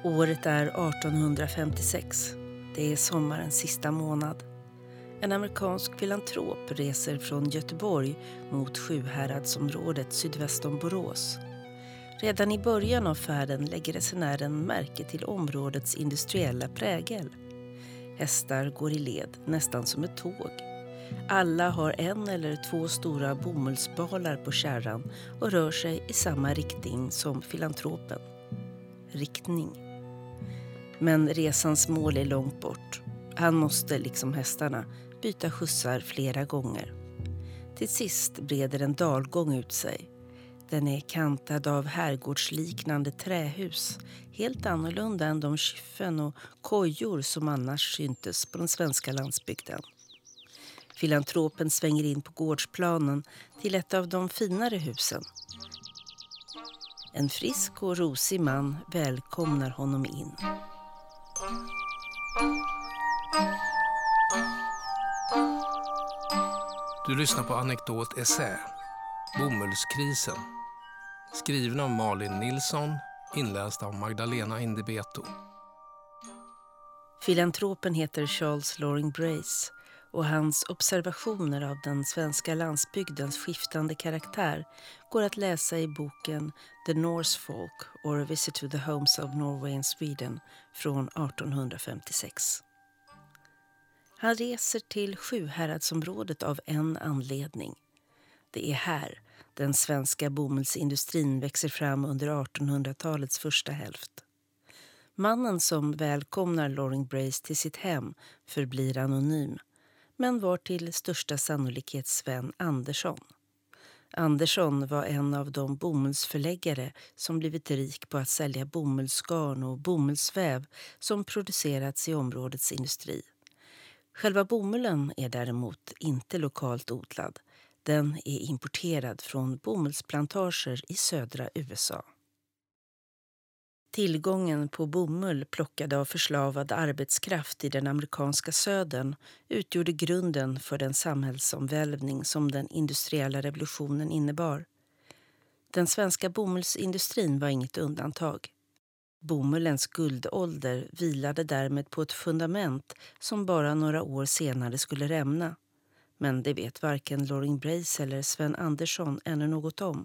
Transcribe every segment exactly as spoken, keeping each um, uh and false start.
Året är artonhundrafemtiosex. Det är sommarens sista månad. En amerikansk filantrop reser från Göteborg mot Sjuhäradsområdet sydväst om Borås. Redan i början av färden lägger resenären märke till områdets industriella prägel. Hästar går i led, nästan som ett tåg. Alla har en eller två stora bomullsbalar på kärran och rör sig i samma riktning som filantropen. Riktning. Men resans mål är långt bort. Han måste, liksom hästarna, byta skjutsar flera gånger. Till sist breder en dalgång ut sig. Den är kantad av herrgårdsliknande trähus, helt annorlunda än de kyffen och kojor som annars syntes på den svenska landsbygden. Filantropen svänger in på gårdsplanen till ett av de finare husen. En frisk och rosig man välkomnar honom in. Du lyssnar på Anekdot Essä, Bomullskrisen. Skriven av Malin Nilsson, inläst av Magdalena Indebeto. Filantropen heter Charles Loring Brace och hans observationer av den svenska landsbygdens skiftande karaktär går att läsa i boken The Norse Folk or a Visit to the Homes of Norway and Sweden från artonhundrafemtiosex. Han reser till Sjuhäradsområdet av en anledning. Det är här den svenska bomullsindustrin växer fram under artonhundratalets första hälft. Mannen som välkomnar Loring Brace till sitt hem förblir anonym, men var till största sannolikhet Sven Andersson. Andersson var en av de bomullsförläggare som blivit rik på att sälja bomullsgarn och bomullsväv som producerats i områdets industri. Själva bomullen är däremot inte lokalt odlad. Den är importerad från bomullsplantager i södra U S A. Tillgången på bomull plockad av förslavad arbetskraft i den amerikanska södern utgjorde grunden för den samhällsomvälvning som den industriella revolutionen innebar. Den svenska bomullsindustrin var inget undantag. Bomullens guldålder vilade därmed på ett fundament som bara några år senare skulle rämna. Men det vet varken Loring Brace eller Sven Andersson ännu något om.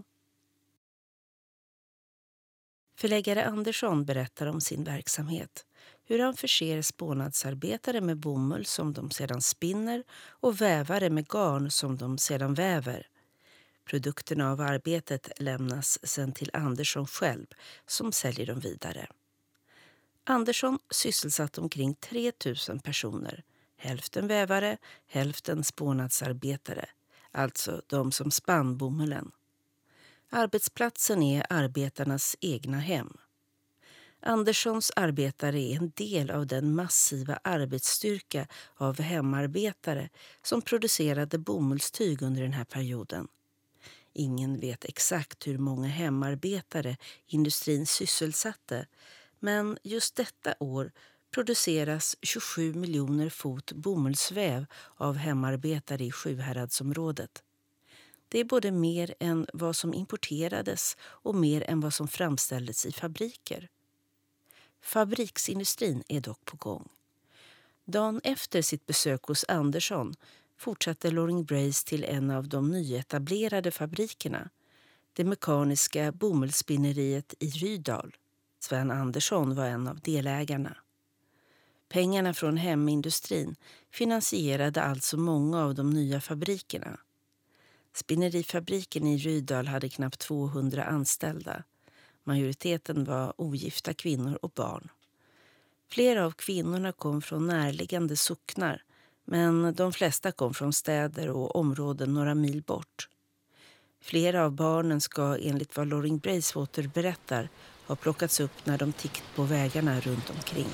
Förläggare Andersson berättar om sin verksamhet, hur han förser spånadsarbetare med bomull som de sedan spinner och vävare med garn som de sedan väver. Produkterna av arbetet lämnas sedan till Andersson själv som säljer dem vidare. Andersson sysselsatt omkring tre tusen personer, hälften vävare, hälften spånadsarbetare, alltså de som spann bomullen. Arbetsplatsen är arbetarnas egna hem. Anderssons arbetare är en del av den massiva arbetsstyrka av hemarbetare som producerade bomullstyg under den här perioden. Ingen vet exakt hur många hemarbetare industrin sysselsatte, men just detta år produceras tjugosju miljoner fot bomullsväv av hemarbetare i Sjuhäradsområdet. Det är både mer än vad som importerades och mer än vad som framställdes i fabriker. Fabriksindustrin är dock på gång. Dagen efter sitt besök hos Andersson fortsatte Loring Brace till en av de nyetablerade fabrikerna, det mekaniska bomullsspinneriet i Rydal. Sven Andersson var en av delägarna. Pengarna från hemindustrin finansierade alltså många av de nya fabrikerna. Spinnerifabriken i Rydal hade knappt tvåhundra anställda. Majoriteten var ogifta kvinnor och barn. Flera av kvinnorna kom från närliggande socknar, men de flesta kom från städer och områden några mil bort. Flera av barnen ska enligt vad Loring Bracewater berättar ha plockats upp när de tickt på vägarna runt omkring.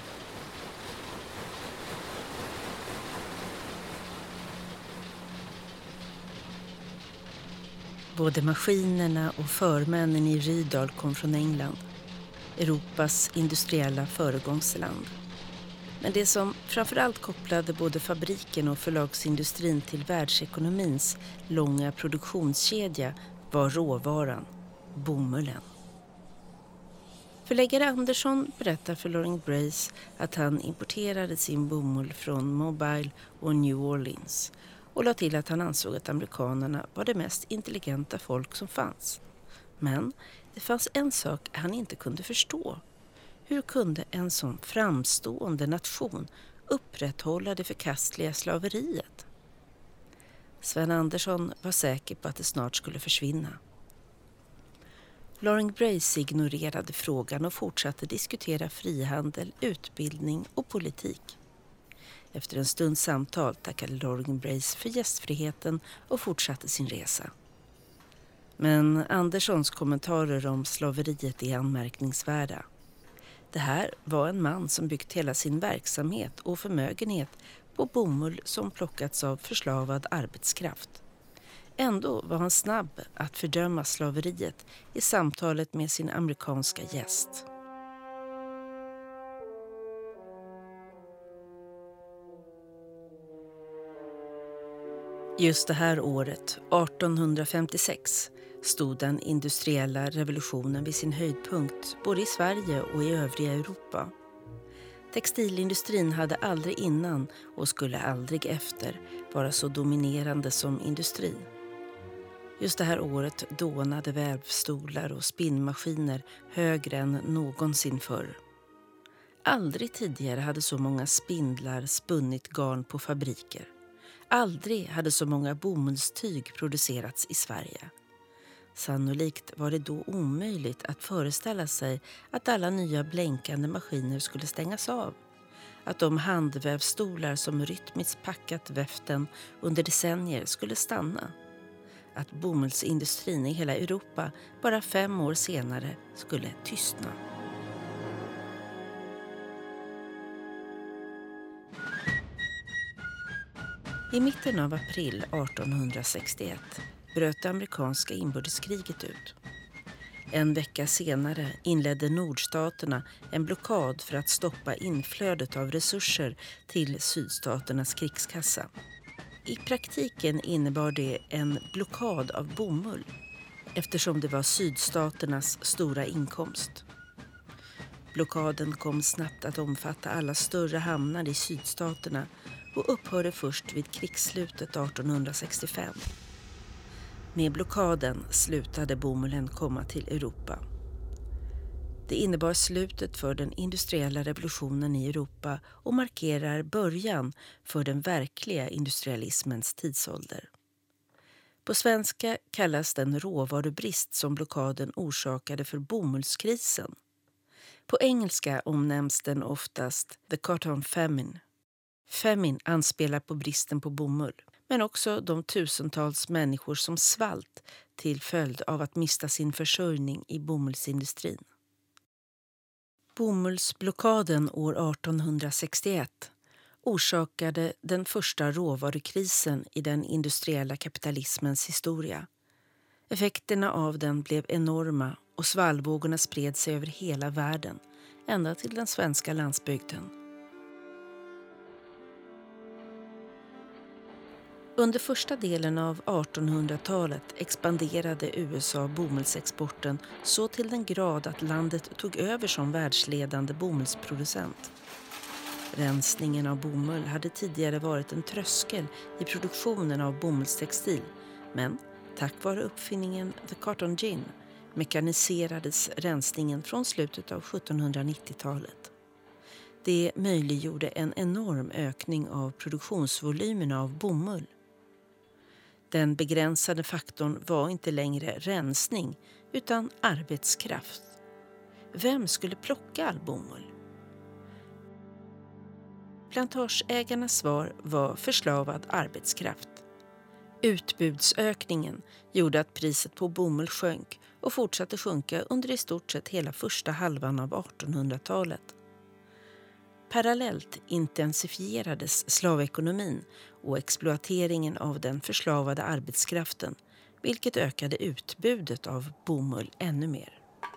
Både maskinerna och förmännen i Rydal kom från England, Europas industriella föregångsland. Men det som framförallt kopplade både fabriken och förlagsindustrin till världsekonomins långa produktionskedja var råvaran, bomullen. Förläggare Anderson berättar för Loring Brace att han importerade sin bomull från Mobile och New Orleans och la till att han ansåg att amerikanerna var det mest intelligenta folk som fanns. Men det fanns en sak han inte kunde förstå. Hur kunde en sån framstående nation upprätthålla det förkastliga slaveriet? Sven Andersson var säker på att det snart skulle försvinna. Loring Brace ignorerade frågan och fortsatte diskutera frihandel, utbildning och politik. Efter en stunds samtal tackade Loring Brace för gästfriheten och fortsatte sin resa. Men Anderssons kommentarer om slaveriet är anmärkningsvärda. Det här var en man som byggt hela sin verksamhet och förmögenhet på bomull som plockats av förslavad arbetskraft. Ändå var han snabb att fördöma slaveriet i samtalet med sin amerikanska gäst. Just det här året, arton femtiosex, stod den industriella revolutionen vid sin höjdpunkt både i Sverige och i övriga Europa. Textilindustrin hade aldrig innan och skulle aldrig efter vara så dominerande som industri. Just det här året dånade vävstolar och spinnmaskiner högre än någonsin förr. Aldrig tidigare hade så många spindlar spunnit garn på fabriker. Aldrig hade så många bomullstyg producerats i Sverige. Sannolikt var det då omöjligt att föreställa sig att alla nya blänkande maskiner skulle stängas av. Att de handvävstolar som rytmiskt packat väften under decennier skulle stanna. Att bomullsindustrin i hela Europa bara fem år senare skulle tystna. I mitten av april arton sextioett bröt det amerikanska inbördeskriget ut. En vecka senare inledde nordstaterna en blockad för att stoppa inflödet av resurser till sydstaternas krigskassa. I praktiken innebar det en blockad av bomull eftersom det var sydstaternas stora inkomst. Blockaden kom snabbt att omfatta alla större hamnar i sydstaterna och upphörde först vid krigsslutet arton sextiofem. Med blockaden slutade bomullen komma till Europa. Det innebar slutet för den industriella revolutionen i Europa och markerar början för den verkliga industrialismens tidsålder. På svenska kallas den råvarubrist som blockaden orsakade för bomullskrisen. På engelska omnämns den oftast the cotton famine. Famine anspelar på bristen på bomull, men också de tusentals människor som svalt till följd av att mista sin försörjning i bomullsindustrin. Bomullsblockaden år arton sextioett orsakade den första råvarukrisen i den industriella kapitalismens historia. Effekterna av den blev enorma och svallvågorna spred sig över hela världen, ända till den svenska landsbygden. Under första delen av artonhundratalet expanderade U S A bomullsexporten så till den grad att landet tog över som världsledande bomullsproducent. Rensningen av bomull hade tidigare varit en tröskel i produktionen av bomullstextil, men tack vare uppfinningen The Cotton Gin mekaniserades rensningen från slutet av sjuttonhundranittiotalet. Det möjliggjorde en enorm ökning av produktionsvolymerna av bomull. Den begränsade faktorn var inte längre rensning utan arbetskraft. Vem skulle plocka all bomull? Plantageägarnas svar var förslavad arbetskraft. Utbudsökningen gjorde att priset på bomull sjönk och fortsatte sjunka under i stort sett hela första halvan av artonhundratalet. Parallellt intensifierades slavekonomin och exploateringen av den förslavade arbetskraften, vilket ökade utbudet av bomull ännu mer.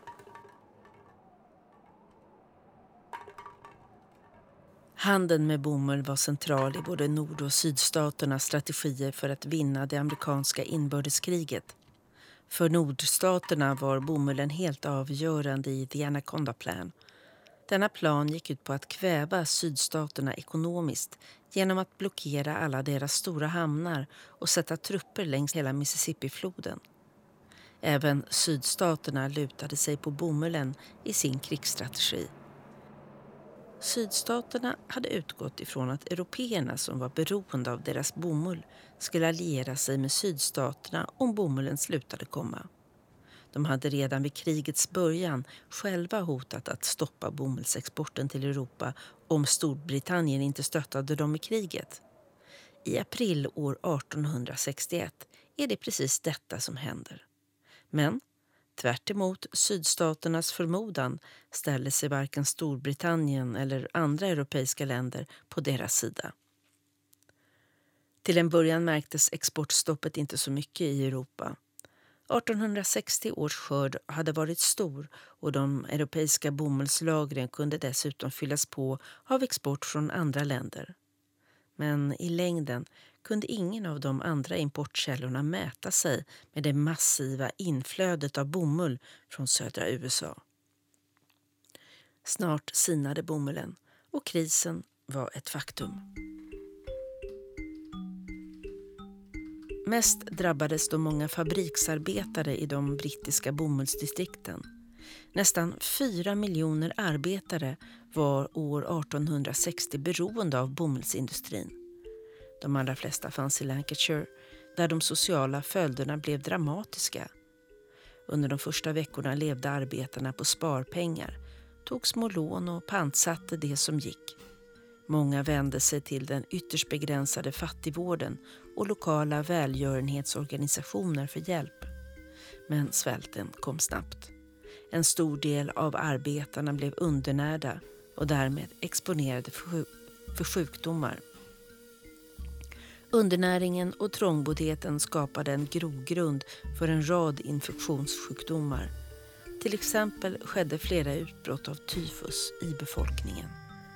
Handeln med bomull var central i både nord- och sydstaternas strategier för att vinna det amerikanska inbördeskriget. För nordstaterna var bomullen helt avgörande i The Anaconda Plan. Denna plan gick ut på att kväva sydstaterna ekonomiskt genom att blockera alla deras stora hamnar och sätta trupper längs hela Mississippifloden. Även sydstaterna lutade sig på bomullen i sin krigsstrategi. Sydstaterna hade utgått ifrån att européerna som var beroende av deras bomull skulle alliera sig med sydstaterna om bomullen slutade komma. De hade redan vid krigets början själva hotat att stoppa bomullsexporten till Europa om Storbritannien inte stöttade dem i kriget. I april år arton sextioett är det precis detta som händer. Men tvärt emot sydstaternas förmodan ställer sig varken Storbritannien eller andra europeiska länder på deras sida. Till en början märktes exportstoppet inte så mycket i Europa. arton sextio års skörd hade varit stor och de europeiska bomullslagren kunde dessutom fyllas på av export från andra länder. Men i längden kunde ingen av de andra importkällorna mäta sig med det massiva inflödet av bomull från södra U S A. Snart sinade bomullen och krisen var ett faktum. Mest drabbades de många fabriksarbetare i de brittiska bomullsdistrikten. Nästan fyra miljoner arbetare var år arton sextio beroende av bomullsindustrin. De allra flesta fanns i Lancashire, där de sociala följderna blev dramatiska. Under de första veckorna levde arbetarna på sparpengar, tog små lån och pantsatte det som gick. Många vände sig till den ytterst begränsade fattigvården och lokala välgörenhetsorganisationer för hjälp. Men svälten kom snabbt. En stor del av arbetarna blev undernärda och därmed exponerade för, sjuk- för sjukdomar. Undernäringen och trångboddheten skapade en grogrund för en rad infektionssjukdomar. Till exempel skedde flera utbrott av tyfus i befolkningen.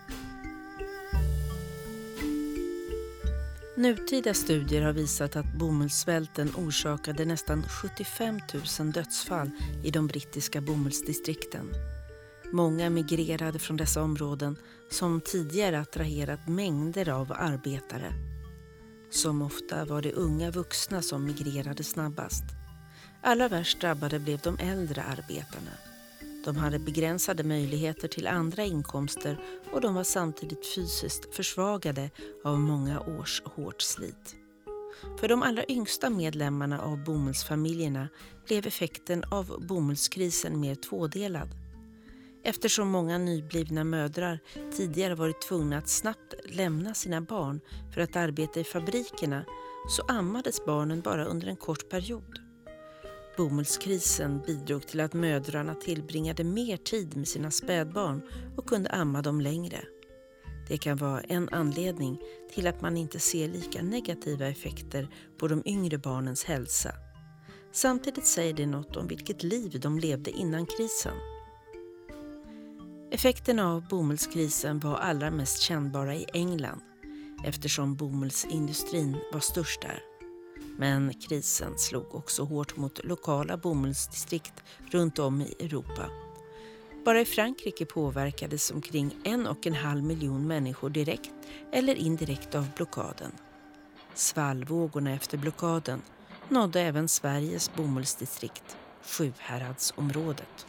Nutida studier har visat att bomullssvälten orsakade nästan sjuttiofem tusen dödsfall i de brittiska bomullsdistrikten. Många migrerade från dessa områden som tidigare attraherat mängder av arbetare. Som ofta var det unga vuxna som migrerade snabbast. Allra värst drabbade blev de äldre arbetarna. De hade begränsade möjligheter till andra inkomster och de var samtidigt fysiskt försvagade av många års hårt slit. För de allra yngsta medlemmarna av bomullsfamiljerna blev effekten av bomullskrisen mer tvådelad. Eftersom många nyblivna mödrar tidigare varit tvungna att snabbt lämna sina barn för att arbeta i fabrikerna så ammades barnen bara under en kort period. Bomullskrisen bidrog till att mödrarna tillbringade mer tid med sina spädbarn och kunde amma dem längre. Det kan vara en anledning till att man inte ser lika negativa effekter på de yngre barnens hälsa. Samtidigt säger det något om vilket liv de levde innan krisen. Effekterna av bomullskrisen var allra mest kännbara i England eftersom bomullsindustrin var störst där. Men krisen slog också hårt mot lokala bomullsdistrikt runt om i Europa. Bara i Frankrike påverkades omkring en och en halv miljon människor direkt eller indirekt av blockaden. Svallvågorna efter blockaden nådde även Sveriges bomullsdistrikt, Sjuhäradsområdet.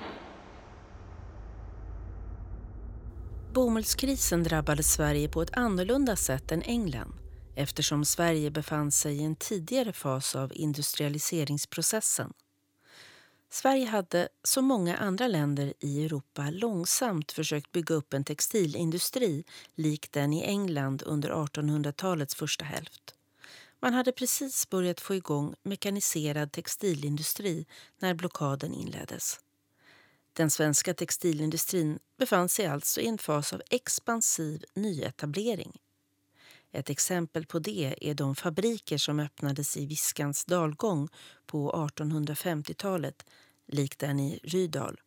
Bomullskrisen drabbade Sverige på ett annorlunda sätt än England eftersom Sverige befann sig i en tidigare fas av industrialiseringsprocessen. Sverige hade, som många andra länder i Europa, långsamt försökt bygga upp en textilindustri lik den i England under artonhundratalets första hälft. Man hade precis börjat få igång mekaniserad textilindustri när blockaden inleddes. Den svenska textilindustrin befann sig alltså i en fas av expansiv nyetablering. Ett exempel på det är de fabriker som öppnades i Viskans dalgång på artonhundrafemtiotalet, likt den i Rydal.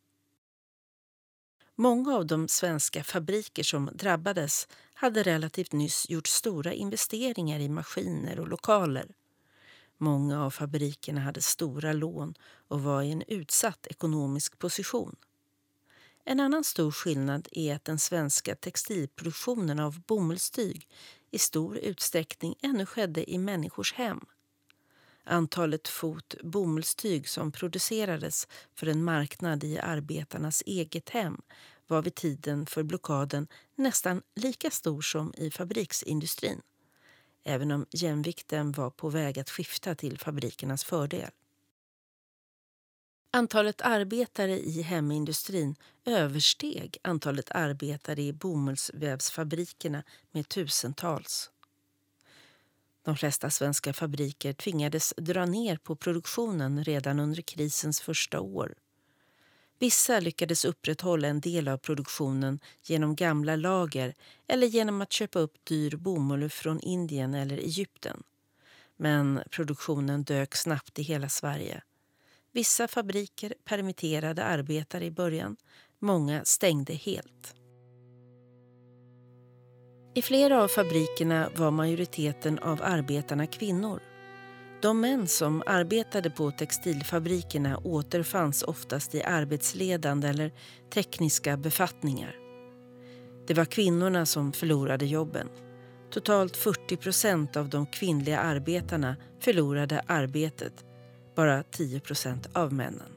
Många av de svenska fabriker som drabbades hade relativt nyss gjort stora investeringar i maskiner och lokaler. Många av fabrikerna hade stora lån och var i en utsatt ekonomisk position. En annan stor skillnad är att den svenska textilproduktionen av bomullstyg i stor utsträckning ännu skedde i människors hem. Antalet fot bomullstyg som producerades för en marknad i arbetarnas eget hem var vid tiden för blockaden nästan lika stor som i fabriksindustrin, även om jämvikten var på väg att skifta till fabrikernas fördel. Antalet arbetare i hemindustrin översteg antalet arbetare i bomullsvävsfabrikerna med tusentals. De flesta svenska fabriker tvingades dra ner på produktionen redan under krisens första år. Vissa lyckades upprätthålla en del av produktionen genom gamla lager eller genom att köpa upp dyr bomull från Indien eller Egypten. Men produktionen dök snabbt i hela Sverige. Vissa fabriker permitterade arbetare i början, många stängde helt. I flera av fabrikerna var majoriteten av arbetarna kvinnor. De män som arbetade på textilfabrikerna återfanns oftast i arbetsledande eller tekniska befattningar. Det var kvinnorna som förlorade jobben. Totalt fyrtio procent av de kvinnliga arbetarna förlorade arbetet, bara tio procent av männen.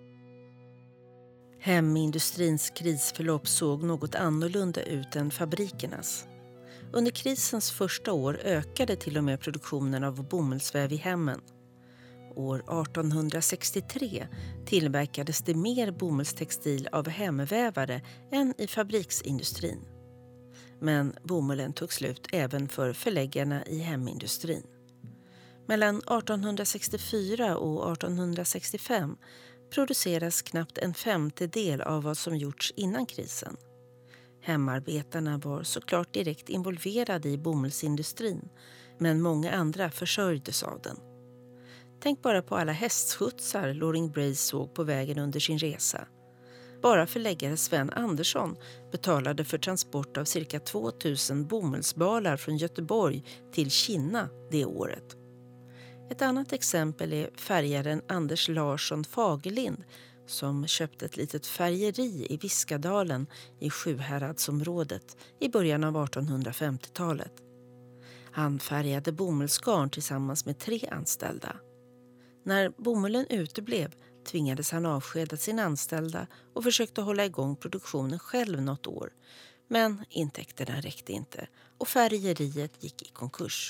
Hemindustrins krisförlopp såg något annorlunda ut än fabrikernas. Under krisens första år ökade till och med produktionen av bomullsväv i hemmen. År artonhundrasextiotre tillverkades det mer bomullstextil av hemvävare än i fabriksindustrin. Men bomullen tog slut även för förläggarna i hemindustrin. Mellan artonhundrasextiofyra och artonhundrasextiofem produceras knappt en femtedel av vad som gjorts innan krisen. Hemarbetarna var såklart direkt involverade i bomullsindustrin, men många andra försörjdes av den. Tänk bara på alla hästskjutsar Loring Brace såg på vägen under sin resa. Bara förläggare Sven Andersson betalade för transport av cirka tvåtusen bomullsbalar från Göteborg till Kina det året. Ett annat exempel är färgaren Anders Larsson Fagerlind som köpte ett litet färgeri i Viskadalen i Sjuhäradsområdet i början av artonhundrafemtiotalet. Han färgade bomullsgarn tillsammans med tre anställda. När bomullen uteblev tvingades han avskeda sina anställda och försökte hålla igång produktionen själv något år. Men intäkterna räckte inte och färgeriet gick i konkurs.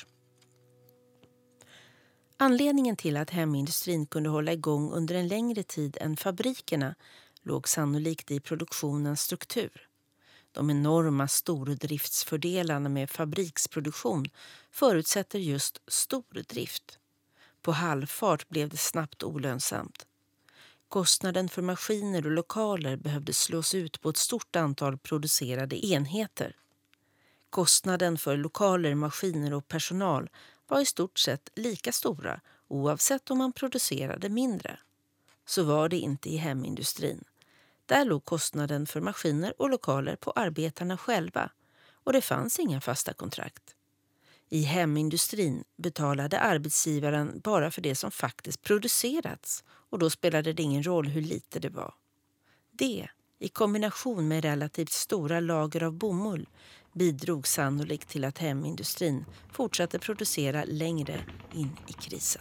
Anledningen till att hemindustrin kunde hålla igång under en längre tid än fabrikerna låg sannolikt i produktionens struktur. De enorma stordriftsfördelarna med fabriksproduktion förutsätter just stordrift. På halvfart blev det snabbt olönsamt. Kostnaden för maskiner och lokaler behövde slås ut på ett stort antal producerade enheter. Kostnaden för lokaler, maskiner och personal var i stort sett lika stora oavsett om man producerade mindre. Så var det inte i hemindustrin. Där låg kostnaden för maskiner och lokaler på arbetarna själva och det fanns inga fasta kontrakt. I hemindustrin betalade arbetsgivaren bara för det som faktiskt producerats och då spelade det ingen roll hur lite det var. Det, i kombination med relativt stora lager av bomull, bidrog sannolikt till att hemindustrin fortsatte producera längre in i krisen.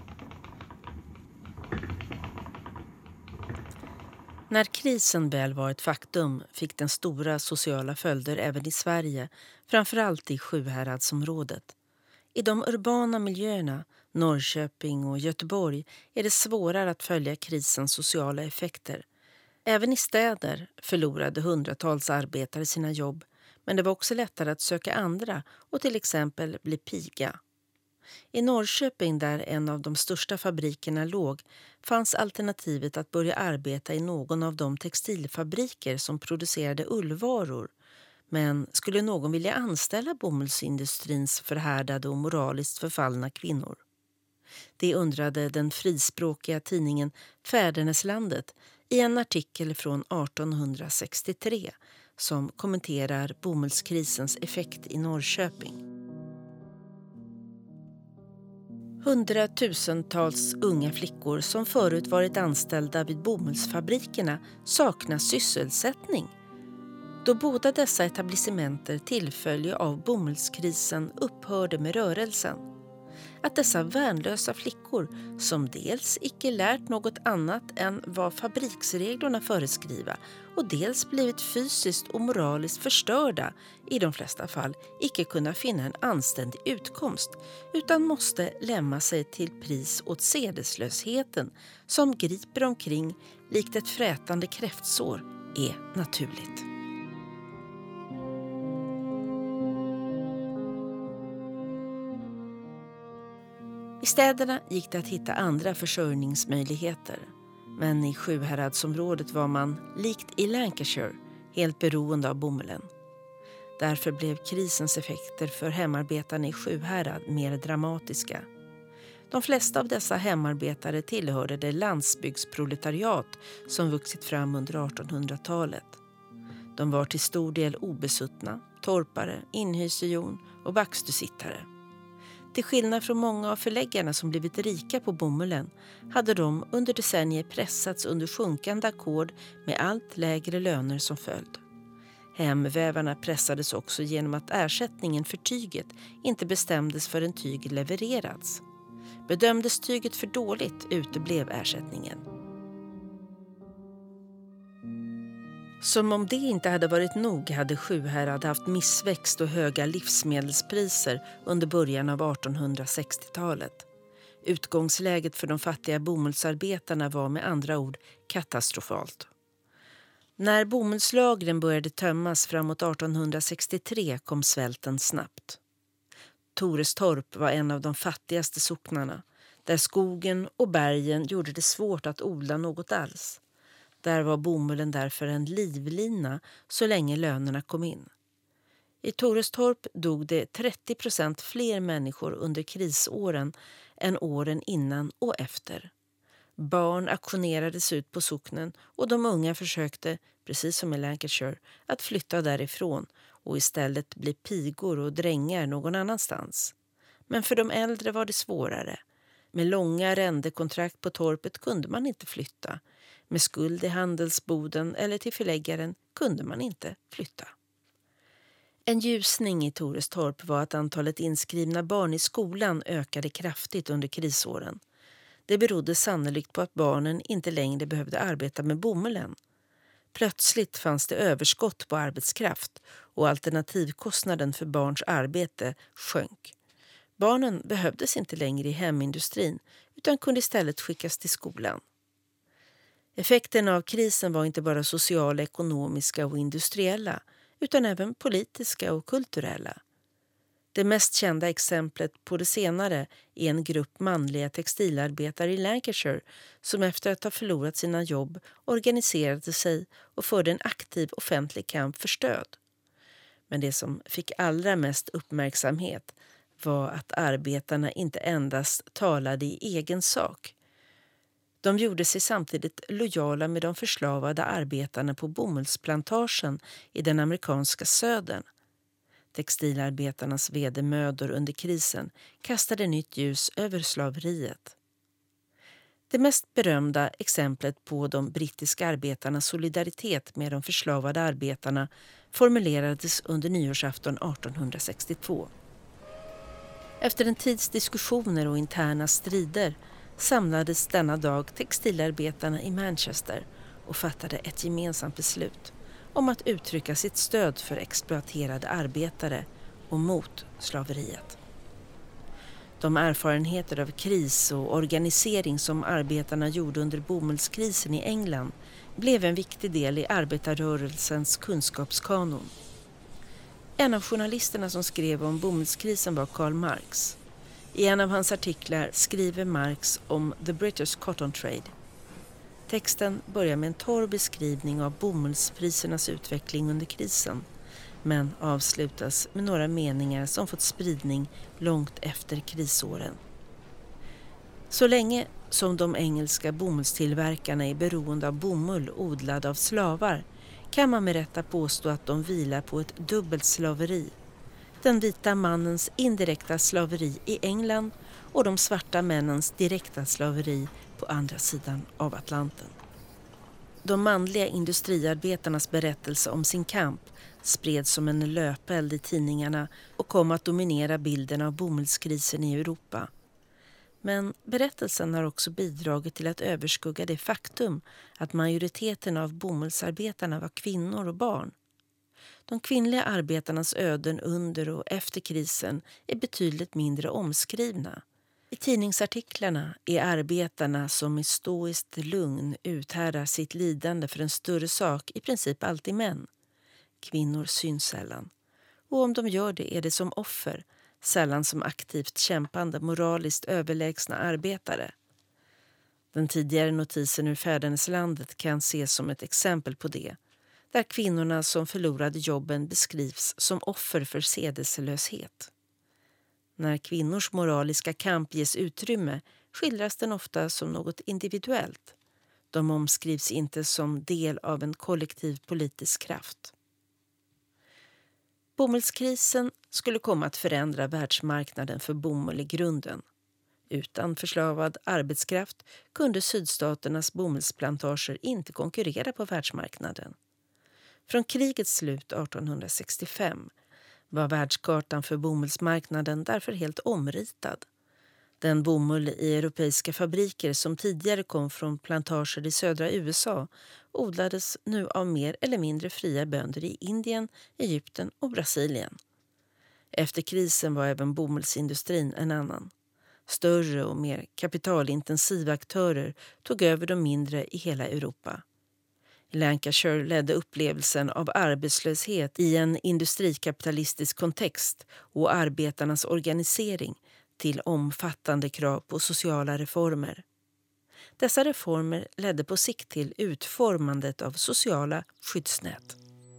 När krisen väl var ett faktum fick den stora sociala följder även i Sverige, framförallt i Sjuhäradsområdet. I de urbana miljöerna, Norrköping och Göteborg, är det svårare att följa krisens sociala effekter. Även i städer förlorade hundratals arbetare sina jobb, men det var också lättare att söka andra och till exempel bli piga. I Norrköping, där en av de största fabrikerna låg, fanns alternativet att börja arbeta i någon av de textilfabriker som producerade ullvaror. Men skulle någon vilja anställa bomullsindustrins förhärdade och moraliskt förfallna kvinnor? Det undrade den frispråkiga tidningen Fäderneslandet i en artikel från artonhundrasextiotre som kommenterar bomullskrisens effekt i Norrköping. Hundratusentals unga flickor som förut varit anställda vid bomullsfabrikerna saknar sysselsättning. Då båda dessa etablissementer tillföljd av bomullskrisen upphörde med rörelsen. Att dessa värnlösa flickor, som dels icke lärt något annat än vad fabriksreglerna föreskriva och dels blivit fysiskt och moraliskt förstörda, i de flesta fall icke kunna finna en anständig utkomst utan måste lämna sig till pris åt sedeslösheten som griper omkring likt ett frätande kräftsår, är naturligt. I städerna gick det att hitta andra försörjningsmöjligheter, men i Sjuhäradsområdet var man, likt i Lancashire, helt beroende av bomullen. Därför blev krisens effekter för hemarbetarna i Sjuhärad mer dramatiska. De flesta av dessa hemarbetare tillhörde det landsbygdsproletariat som vuxit fram under artonhundratalet. De var till stor del obesuttna, torpare, inhysejon och backstusittare. Till skillnad från många av förläggarna som blivit rika på bomullen hade de under decennier pressats under sjunkande ackord med allt lägre löner som följd. Hemvävarna pressades också genom att ersättningen för tyget inte bestämdes förrän tyget levererats. Bedömdes tyget för dåligt uteblev ersättningen. Som om det inte hade varit nog hade Sjuhärad haft missväxt och höga livsmedelspriser under början av artonhundrasextiotalet. Utgångsläget för de fattiga bomullsarbetarna var med andra ord katastrofalt. När bomullslagren började tömmas framåt artonhundrasextiotre kom svälten snabbt. Torestorp var en av de fattigaste socknarna, där skogen och bergen gjorde det svårt att odla något alls. Där var bomullen därför en livlina så länge lönerna kom in. I Torestorp dog det trettio procent fler människor under krisåren än åren innan och efter. Barn auktionerades ut på socknen och de unga försökte, precis som i Lancashire, att flytta därifrån och istället bli pigor och drängar någon annanstans. Men för de äldre var det svårare. Med långa arrendekontrakt på torpet kunde man inte flytta. Med skuld i handelsboden eller till förläggaren kunde man inte flytta. En ljusning i Torestorp var att antalet inskrivna barn i skolan ökade kraftigt under krisåren. Det berodde sannolikt på att barnen inte längre behövde arbeta med bomullen. Plötsligt fanns det överskott på arbetskraft och alternativkostnaden för barns arbete sjönk. Barnen behövdes inte längre i hemindustrin utan kunde istället skickas till skolan. Effekterna av krisen var inte bara sociala, ekonomiska och industriella utan även politiska och kulturella. Det mest kända exemplet på det senare är en grupp manliga textilarbetare i Lancashire som efter att ha förlorat sina jobb organiserade sig och förde en aktiv offentlig kamp för stöd. Men det som fick allra mest uppmärksamhet var att arbetarna inte endast talade i egen sak. De gjorde sig samtidigt lojala med de förslavade arbetarna på bomullsplantagen i den amerikanska södern. Textilarbetarnas vedermödor under krisen kastade nytt ljus över slaveriet. Det mest berömda exemplet på de brittiska arbetarnas solidaritet med de förslavade arbetarna formulerades under nyårsafton artonhundrasextiotvå. Efter en tids diskussioner och interna strider samlades denna dag textilarbetarna i Manchester och fattade ett gemensamt beslut om att uttrycka sitt stöd för exploaterade arbetare och mot slaveriet. De erfarenheter av kris och organisering som arbetarna gjorde under bomullskrisen i England blev en viktig del i arbetarrörelsens kunskapskanon. En av journalisterna som skrev om bomullskrisen var Karl Marx. I en av hans artiklar skriver Marx om The British Cotton Trade. Texten börjar med en torr beskrivning av bomullsprisernas utveckling under krisen, men avslutas med några meningar som fått spridning långt efter krisåren. Så länge som de engelska bomullstillverkarna är beroende av bomull odlad av slavar kan man med rätta påstå att de vilar på ett dubbelt slaveri. den vita mannens indirekta slaveri i England och de svarta männens direkta slaveri på andra sidan av Atlanten. De manliga industriarbetarnas berättelse om sin kamp spreds som en löpeld i tidningarna och kom att dominera bilden av bomullskrisen i Europa. Men berättelsen har också bidragit till att överskugga det faktum att majoriteten av bomullsarbetarna var kvinnor och barn. De kvinnliga arbetarnas öden under och efter krisen är betydligt mindre omskrivna. I tidningsartiklarna är arbetarna som i stoiskt lugn uthärdar sitt lidande för en större sak i princip alltid män. Kvinnor syns sällan. Och om de gör det är det som offer, sällan som aktivt kämpande, moraliskt överlägsna arbetare. Den tidigare notisen ur fäderneslandet kan ses som ett exempel på det, där kvinnorna som förlorade jobben beskrivs som offer för sedelselöshet. När kvinnors moraliska kamp ges utrymme skildras den ofta som något individuellt. De omskrivs inte som del av en kollektiv politisk kraft. Bomullskrisen skulle komma att förändra världsmarknaden för bomull i grunden. Utan förslavad arbetskraft kunde sydstaternas bomullsplantager inte konkurrera på världsmarknaden. Från krigets slut artonhundrasextiofem var världskartan för bomullsmarknaden därför helt omritad. Den bomull i europeiska fabriker som tidigare kom från plantager i södra U S A odlades nu av mer eller mindre fria bönder i Indien, Egypten och Brasilien. Efter krisen var även bomullsindustrin en annan. Större och mer kapitalintensiva aktörer tog över de mindre i hela Europa. Lancashire ledde upplevelsen av arbetslöshet i en industrikapitalistisk kontext och arbetarnas organisering till omfattande krav på sociala reformer. Dessa reformer ledde på sikt till utformandet av sociala skyddsnät.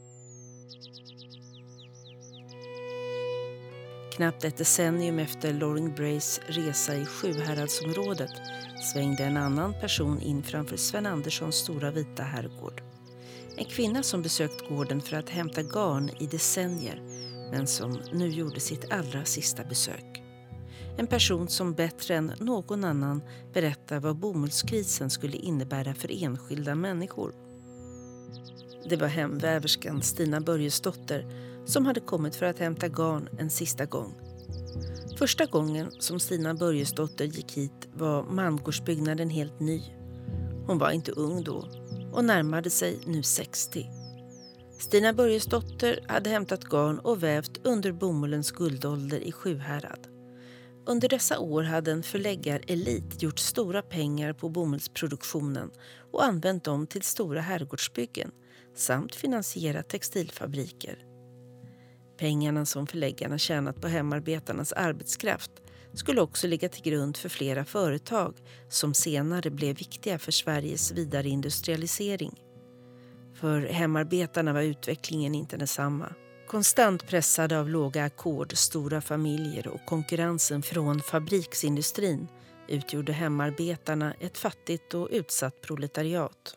Knappt ett decennium efter Loring Brace resa i Sjuhäradsområdet svängde en annan person in framför Sven Anderssons stora vita herrgård. En kvinna som besökt gården för att hämta garn i decennier, men som nu gjorde sitt allra sista besök. En person som bättre än någon annan berättar vad bomullskrisen skulle innebära för enskilda människor. Det var hemväverskan Stina Börjesdotter som hade kommit för att hämta garn en sista gång. Första gången som Stina Börjesdotter gick hit var mangårdsbyggnaden helt ny. Hon var inte ung då och närmade sig nu sextio. Stina Börjesdotter hade hämtat garn och vävt under bomullens guldålder i Sjuhärad. Under dessa år hade en förläggarelit gjort stora pengar på bomullsproduktionen och använt dem till stora herrgårdsbyggen samt finansierat textilfabriker. Pengarna som förläggarna tjänat på hemarbetarnas arbetskraft skulle också ligga till grund för flera företag som senare blev viktiga för Sveriges vidare industrialisering. För hemarbetarna var utvecklingen inte densamma. Konstant pressade av låga ackord, stora familjer och konkurrensen från fabriksindustrin utgjorde hemarbetarna ett fattigt och utsatt proletariat.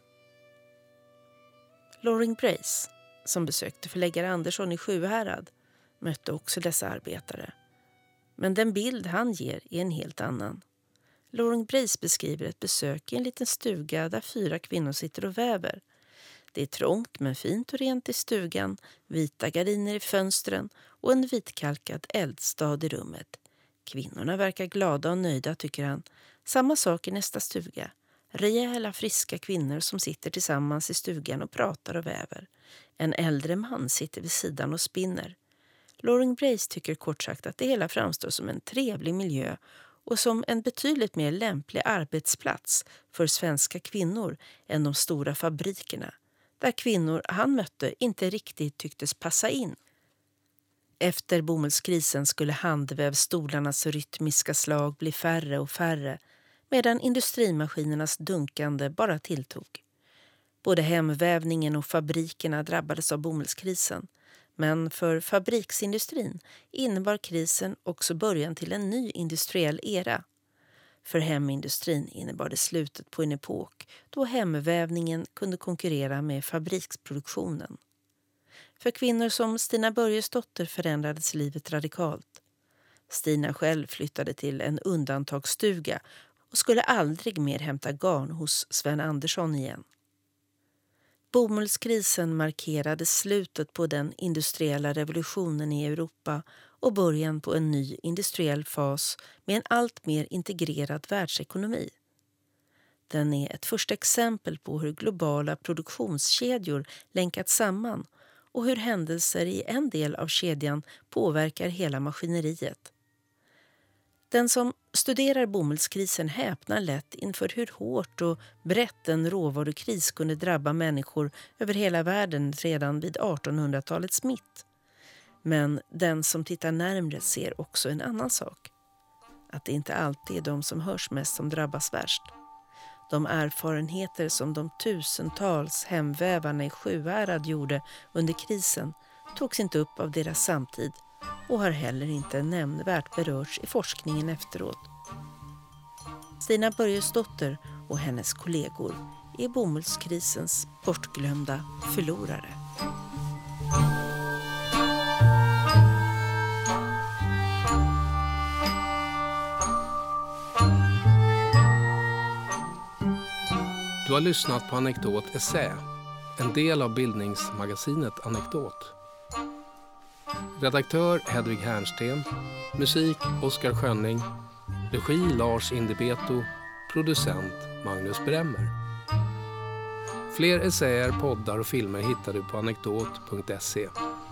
Loring Brace, som besökte förläggare Andersson i Sjuhärad, mötte också dessa arbetare. Men den bild han ger är en helt annan. Loring Brace beskriver ett besök i en liten stuga där fyra kvinnor sitter och väver. Det är trångt men fint och rent i stugan, vita gardiner i fönstren och en vitkalkad eldstad i rummet. Kvinnorna verkar glada och nöjda, tycker han. Samma sak i nästa stuga. Rejäla, friska kvinnor som sitter tillsammans i stugan och pratar och väver. En äldre man sitter vid sidan och spinner. Loring Brace tycker kort sagt att det hela framstår som en trevlig miljö och som en betydligt mer lämplig arbetsplats för svenska kvinnor än de stora fabrikerna, där kvinnor han mötte inte riktigt tycktes passa in. Efter bomullskrisen skulle handvävstolarnas rytmiska slag bli färre och färre, medan industrimaskinernas dunkande bara tilltog. Både hemvävningen och fabrikerna drabbades av bomullskrisen, men för fabriksindustrin innebar krisen också början till en ny industriell era. För hemindustrin innebar det slutet på en epok då hemvävningen kunde konkurrera med fabriksproduktionen. För kvinnor som Stina Börjesdotter förändrades livet radikalt. Stina själv flyttade till en undantagsstuga och skulle aldrig mer hämta garn hos Sven Andersson igen. Bomullskrisen markerade slutet på den industriella revolutionen i Europa och början på en ny industriell fas med en allt mer integrerad världsekonomi. Den är ett första exempel på hur globala produktionskedjor länkats samman och hur händelser i en del av kedjan påverkar hela maskineriet. Den som studerar bomullskrisen häpnar lätt inför hur hårt och brett en råvarukris kunde drabba människor över hela världen redan vid artonhundratalets mitt. Men den som tittar närmare ser också en annan sak. Att det inte alltid är de som hörs mest som drabbas värst. De erfarenheter som de tusentals hemvävarna i Sjuhärad gjorde under krisen togs inte upp av deras samtid och har heller inte nämnvärt berörts i forskningen efteråt. Stina Börjesdotter och hennes kollegor är bomullskrisens bortglömda förlorare. Du har lyssnat på Anekdot Essä, en del av bildningsmagasinet Anekdot. Redaktör Hedvig Härnsten, musik Oskar Schönning, regi Lars Indebeto, producent Magnus Bremmer. Fler essäer, poddar och filmer hittar du på anekdot punkt se.